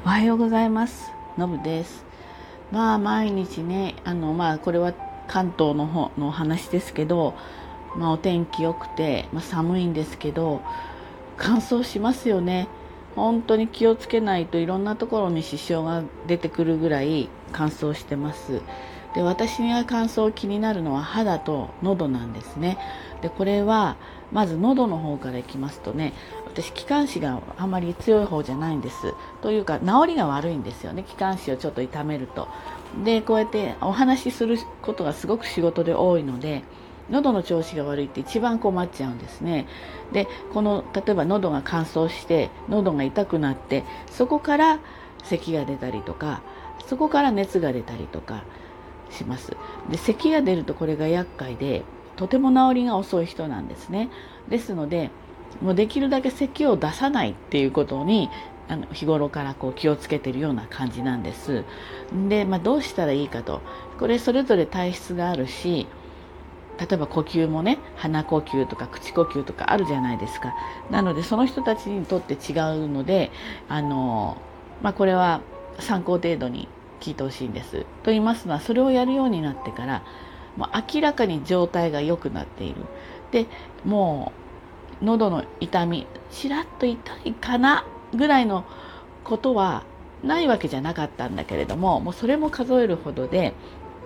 おはようございます。のぶです。毎日ね、これは関東の方の話ですけど、お天気良くて、寒いんですけど、乾燥しますよね。本当に気をつけないといろんなところに支障が出てくるぐらい乾燥してます。で、私が乾燥気になるのは肌と喉なんですね。で、これはまず喉の方からいきますとね、私気管支があまり強い方じゃないんです。というか治りが悪いんですよね。気管支をちょっと痛めると。で、こうやってお話しすることがすごく仕事で多いので、喉の調子が悪いって一番困っちゃうんですね。で、例えば喉が乾燥して喉が痛くなって、そこから咳が出たりとか、そこから熱が出たりとかします。で、咳が出るとこれが厄介で、とても治りが遅い人なんですね。ですので、もうできるだけ咳を出さないっていうことに日頃から気をつけているような感じなんです。で、どうしたらいいかと、これそれぞれ体質があるし、例えば呼吸もね、鼻呼吸とか口呼吸とかあるじゃないですか。なのでその人たちにとって違うので、これは参考程度に聞いてほしいんです。と言いますのは、それをやるようになってからもう明らかに状態が良くなっている。で、もう喉の痛み、ちらっと痛いかなぐらいのことはないわけじゃなかったんだけれども、もうそれも数えるほどで、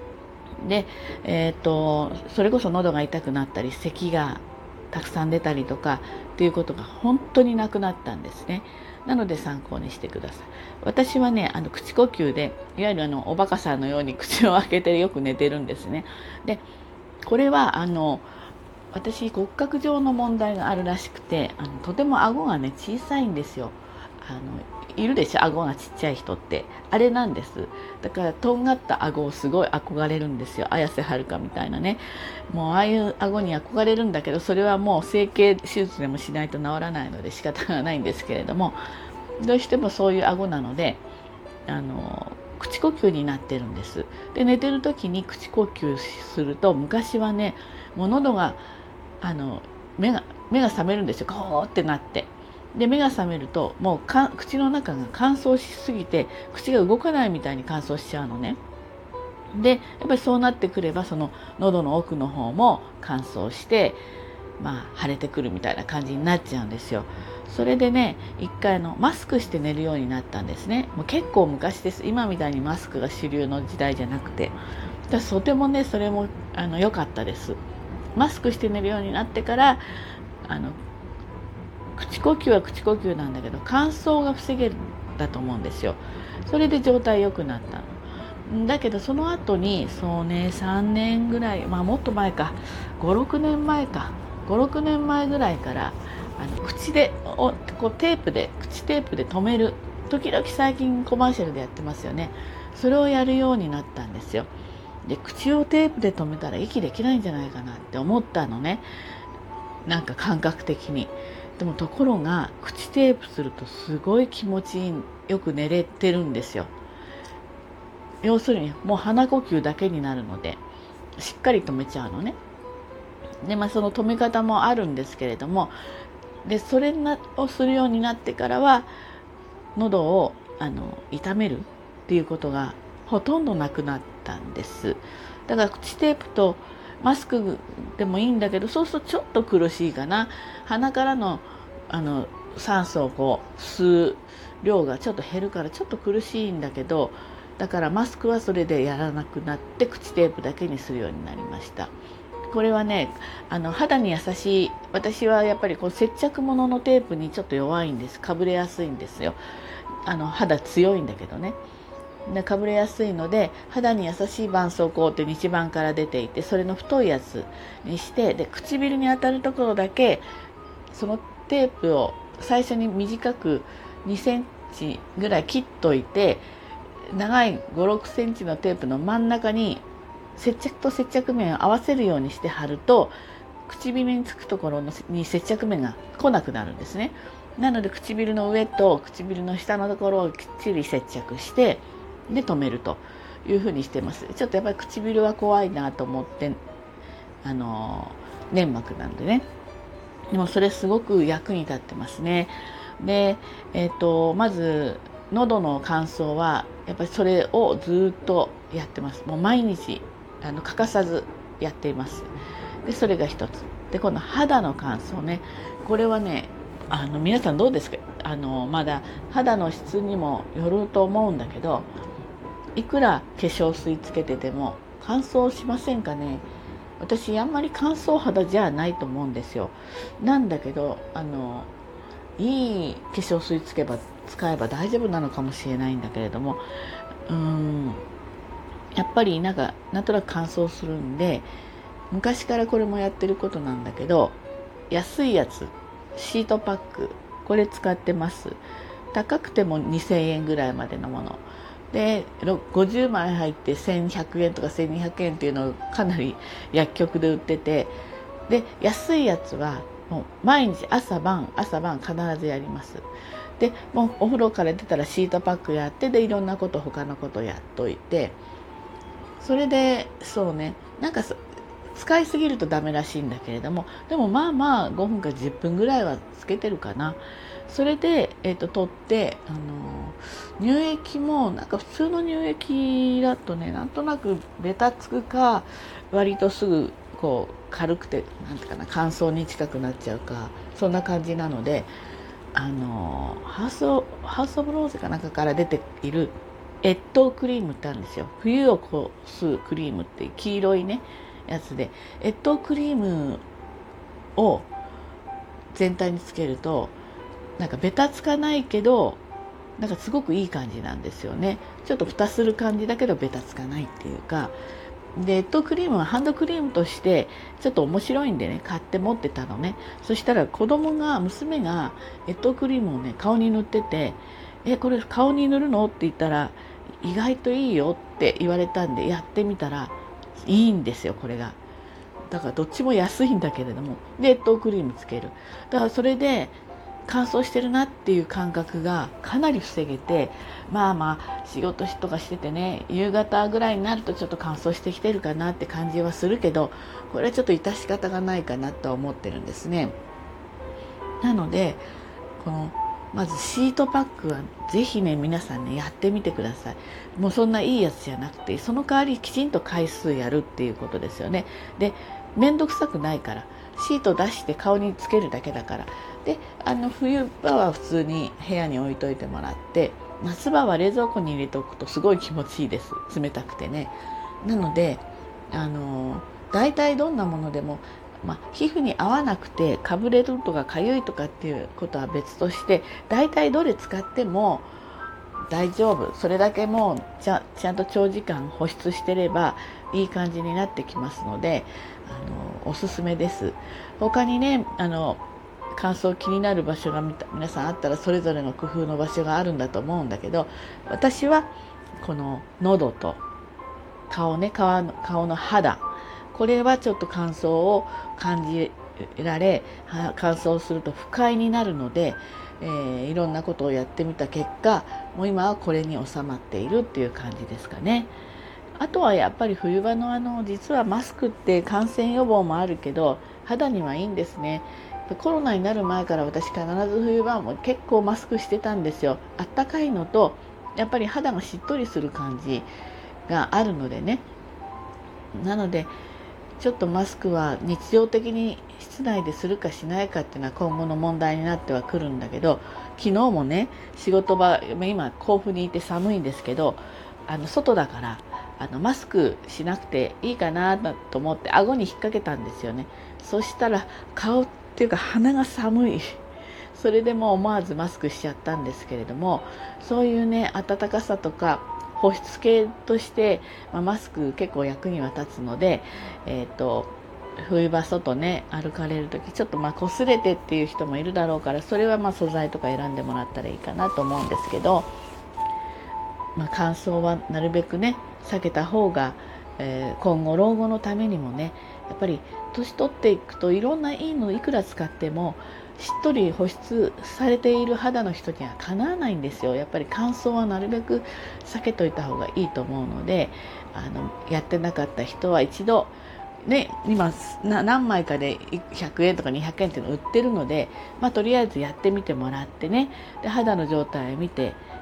それこそ喉が痛くなったり咳がたくさん出たりとかっていうことが本当になくなったんですね。なので参考にしてください。私はね、口呼吸で、いわゆるおバカさんのように口を開けてよく寝てるんですね。で、これは私骨格上の問題があるらしくて、とても顎がね小さいんですよ。いるでしょ、顎がちっちゃい人って。あれなんです。だからとんがった顎をすごい憧れるんですよ。綾瀬はるかみたいなね。もうああいう顎に憧れるんだけど、それはもう整形手術でもしないと治らないので仕方がないんですけれども、どうしてもそういう顎なので、口呼吸になってるんです。で、寝てる時に口呼吸すると、昔はね、もう喉があの目が覚めるんですよ。ゴーってなって。で、目が覚めるともう口の中が乾燥しすぎて口が動かないみたいに乾燥しちゃうのね。で、やっぱりそうなってくれば、その喉の奥の方も乾燥して、腫れてくるみたいな感じになっちゃうんですよ。それでね、一回マスクして寝るようになったんですね。もう結構昔です。今みたいにマスクが主流の時代じゃなくて。とてもね、それも良かったです。マスクして寝るようになってから、口呼吸は口呼吸なんだけど、乾燥が防げるんだと思うんですよ。それで状態良くなったの。だけどその後に、そうね、3年ぐらい、もっと前か、56年前か、56年前ぐらいから、口で口テープで留める、時々最近コマーシャルでやってますよね。それをやるようになったんですよ。で、口をテープで留めたら息できないんじゃないかなって思ったのね。なんか感覚的に。でもところが、口テープするとすごい気持ちよく寝れてるんですよ。要するにもう鼻呼吸だけになるので、しっかり止めちゃうのね。で、その止め方もあるんですけれども、でそれをするようになってからは、喉を痛めるっていうことがほとんどなくなったんです。だから口テープとマスクでもいいんだけど、そうするとちょっと苦しいかな。鼻からの酸素を吸う量がちょっと減るからちょっと苦しいんだけど、だからマスクはそれでやらなくなって、口テープだけにするようになりました。これはね、肌に優しい。私はやっぱり接着物のテープにちょっと弱いんです。かぶれやすいんですよ。肌強いんだけどね。で、かぶれやすいので、肌に優しい絆創膏って日版から出ていて、それの太いやつにして、で、唇に当たるところだけそのテープを最初に短く2センチぐらい切っといて、長い5、6センチのテープの真ん中に接着と接着面を合わせるようにして貼ると、唇につくところに接着面が来なくなるんですね。なので唇の上と唇の下のところをきっちり接着して、で止めるというふうにしてます。ちょっとやっぱり唇は怖いなと思って、粘膜なんでね。でもそれすごく役に立ってますね。で、まず喉の乾燥はやっぱりそれをずっとやってます。もう毎日欠かさずやっています。でそれが一つで、今度肌の乾燥ね。これはね皆さんどうですか？まだ肌の質にもよると思うんだけど、いくら化粧水つけてても乾燥しませんかね？私あんまり乾燥肌じゃないと思うんですよ。なんだけどいい化粧水使えば大丈夫なのかもしれないんだけれども、やっぱりなんとなく乾燥するんで、昔からこれもやってることなんだけど、安いやつシートパック、これ使ってます。高くても2000円ぐらいまでのもので、50枚入って1100円とか1200円っていうのをかなり薬局で売ってて、で安いやつはもう毎日朝晩必ずやります。でもうお風呂から出たらシートパックやって、でいろんなこと他のことやっといて、それでそうね、使いすぎるとダメらしいんだけれども、でもまあまあ5分か10分ぐらいはつけてるかな。それで、取って乳液も普通の乳液だとね、なんとなくベタつくか、割とすぐこう軽くてなんていうかな、乾燥に近くなっちゃうか、そんな感じなので、ハウスオブローゼかなんかから出ている越冬クリームってあるんですよ。冬を越すクリームって黄色いねやつで、越冬クリームを全体につけるとベタつかないけどすごくいい感じなんですよね。ちょっと蓋する感じだけどベタつかないっていうか。で越冬クリームはハンドクリームとしてちょっと面白いんでね、買って持ってたのね。そしたら娘が越冬クリームをね顔に塗ってて、これ顔に塗るのって言ったら、意外といいよって言われたんでやってみたらいいんですよ、これが。だからどっちも安いんだけれども、で越冬クリームつける。だからそれで乾燥してるなっていう感覚がかなり防げて、まあ仕事とかしててね、夕方ぐらいになるとちょっと乾燥してきてるかなって感じはするけど、これはちょっと致し方がないかなと思ってるんですね。なのでまずシートパックはぜひね、皆さんねやってみてください。もうそんないいやつじゃなくて、その代わりきちんと回数やるっていうことですよね。でめんどくさくないから、シート出して顔につけるだけだから。で冬場は普通に部屋に置いといてもらって、夏場は冷蔵庫に入れておくとすごい気持ちいいです。冷たくてね。なので大体どんなものでも、皮膚に合わなくてかぶれるとかかゆいとかっていうことは別として、大体どれ使っても大丈夫。それだけもうちゃんと長時間保湿してればいい感じになってきますので、おすすめです。他にね乾燥気になる場所が皆さんあったら、それぞれの工夫の場所があるんだと思うんだけど、私はこの喉と顔の肌、これはちょっと乾燥を感じられ、乾燥すると不快になるので、いろんなことをやってみた結果、もう今はこれに収まっているっていう感じですかね。あとはやっぱり冬場の実はマスクって感染予防もあるけど肌にはいいんですね。コロナになる前から私必ず冬場も結構マスクしてたんですよ。あったかいのとやっぱり肌がしっとりする感じがあるのでね。なのでちょっとマスクは日常的に室内でするかしないかっていうのは今後の問題になってはくるんだけど、昨日もね仕事場、今甲府にいて寒いんですけど、外だからマスクしなくていいかなと思って顎に引っ掛けたんですよね。そしたら顔っていうか鼻が寒い。それでもう思わずマスクしちゃったんですけれども、そういうね暖かさとか保湿系として、マスク結構役には立つので、冬場外ね歩かれる時ちょっと擦れてっていう人もいるだろうから、それは素材とか選んでもらったらいいかなと思うんですけど、乾燥はなるべくね避けた方が、今後老後のためにもね、やっぱり年取っていくといろんないいのいくら使ってもしっとり保湿されている肌の人にはかなわないんですよ。やっぱり乾燥はなるべく避けといた方がいいと思うので、やってなかった人は一度ね、今何枚かで100円とか200円っていうの売ってるので、とりあえずやってみてもらってね、で肌の状態を見て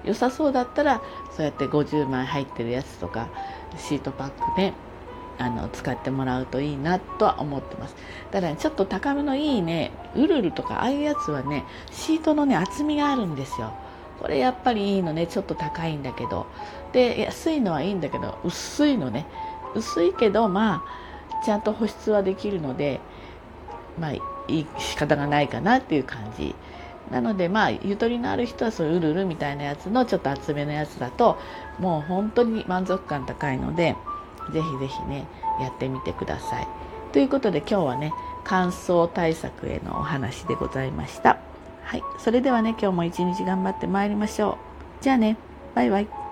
良さそうだったらそうやって50枚入ってるやつとかシートパックね使ってもらうといいなとは思ってます。ただね、ちょっと高めのいいねウルルとかああいうやつはねシートのね厚みがあるんですよ。これやっぱりいいのね。ちょっと高いんだけど、で安いのはいいんだけど薄いのね。薄いけどちゃんと保湿はできるので仕方がないかなっていう感じなので、ゆとりのある人はそういうウルルみたいなやつのちょっと厚めのやつだともう本当に満足感高いので、ぜひぜひねやってみてください。ということで今日はね乾燥対策へのお話でございました。はい、それではね今日も一日頑張ってまいりましょう。じゃあね、バイバイ。